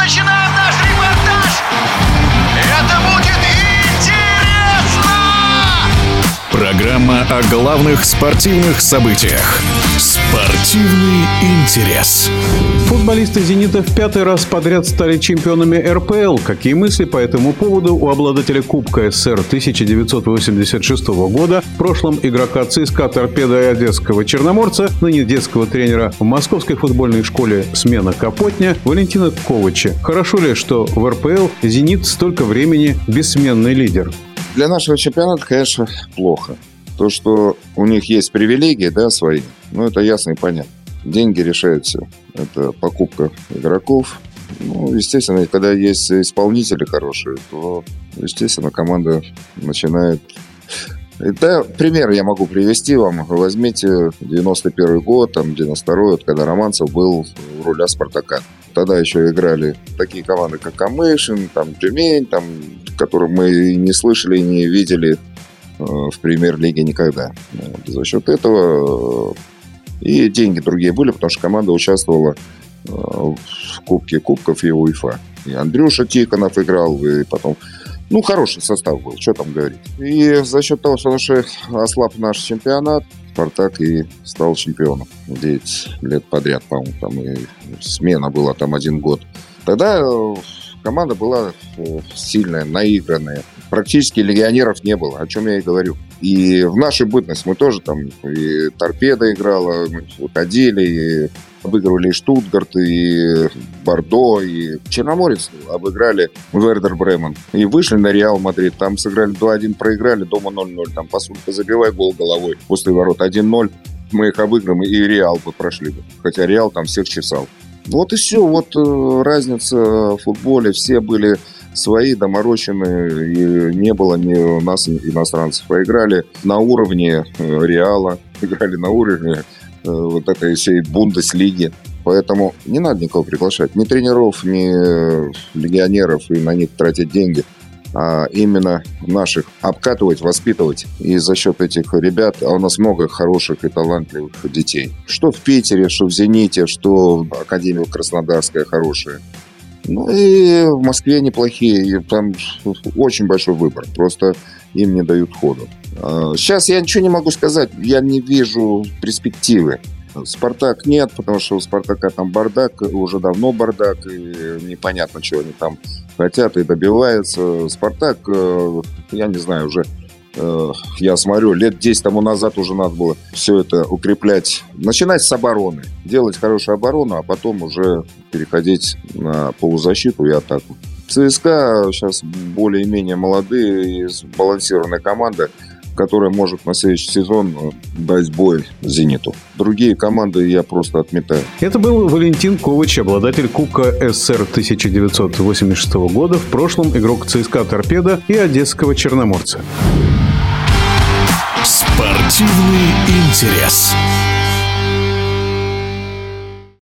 начинаем наш репортаж. Это будет интересно! Программа о главных спортивных событиях. Спортивный интерес. Футболисты «Зенита» в 5-й раз подряд стали чемпионами РПЛ. Какие мысли по этому поводу у обладателя Кубка СССР 1986 года, в прошлом игрока ЦСКА «Торпедо» и одесского «Черноморца», ныне детского тренера в московской футбольной школе «Смена Капотня» Валентина Ковача? Хорошо ли, что в РПЛ «Зенит» столько времени бессменный лидер? Для нашего чемпионата, конечно, плохо. То, что у них есть привилегии, да, свои, это ясно и понятно. Деньги решают все. Это покупка игроков. Естественно, когда есть исполнители хорошие, то, естественно, команда начинает... Да, пример я могу привести вам. Возьмите 91 год, 92-й, когда Романцев был у руля «Спартака». Тогда еще играли такие команды, как Камышин, Тюмень, которых мы не слышали и не видели в премьер-лиге никогда. За счет этого и деньги другие были, потому что команда участвовала в Кубке Кубков и УЕФА. И Андрюша Тихонов играл, и потом... хороший состав был, что там говорить. И за счет того, что ослаб наш чемпионат, «Спартак» и стал чемпионом 9 лет подряд, по-моему, и смена была 1 год. Тогда команда была сильная, наигранная. Практически легионеров не было, о чем я и говорю. И в нашу бытность мы тоже и «Торпедо» играла, мы выходили, и обыгрывали и «Штутгарт», и «Бордо», и «Черноморец» обыграли «Вердер Бремен». И вышли на «Реал Мадрид». Там сыграли 2-1, проиграли, дома 0-0. Посудка забивай гол головой после ворот 1-0. Мы их обыграем, и «Реал» бы прошли бы. Хотя «Реал» там всех чесал. Вот и все. Разница в футболе. Все были свои, доморощенные. И не было ни у нас иностранцев. Поиграли на уровне «Реала». Играли на уровне этой всей Бундеслиги. Поэтому не надо никого приглашать. Ни тренеров, ни легионеров, и на них тратить деньги. А именно наших обкатывать, воспитывать. И за счет этих ребят, а у нас много хороших и талантливых детей. Что в Питере, что в «Зените», что Академия Краснодарская хорошая. И в Москве неплохие. И там очень большой выбор. Просто им не дают ходу. Сейчас я ничего не могу сказать. Я не вижу перспективы. «Спартак» нет, потому что у «Спартака» там бардак. Уже давно бардак. И непонятно, чего они там хотят и добиваются. «Спартак», я не знаю, уже я смотрю, лет 10 тому назад уже надо было все это укреплять. Начинать с обороны. Делать хорошую оборону, а потом уже переходить на полузащиту и атаку. ЦСКА сейчас более-менее молодые и сбалансированная команда, которая может на следующий сезон дать бой «Зениту». Другие команды я просто отметаю. Это был Валентин Ковач, обладатель Кубка СССР 1986 года, в прошлом игрок ЦСКА «Торпедо» и одесского «Черноморца». Спортивный интерес.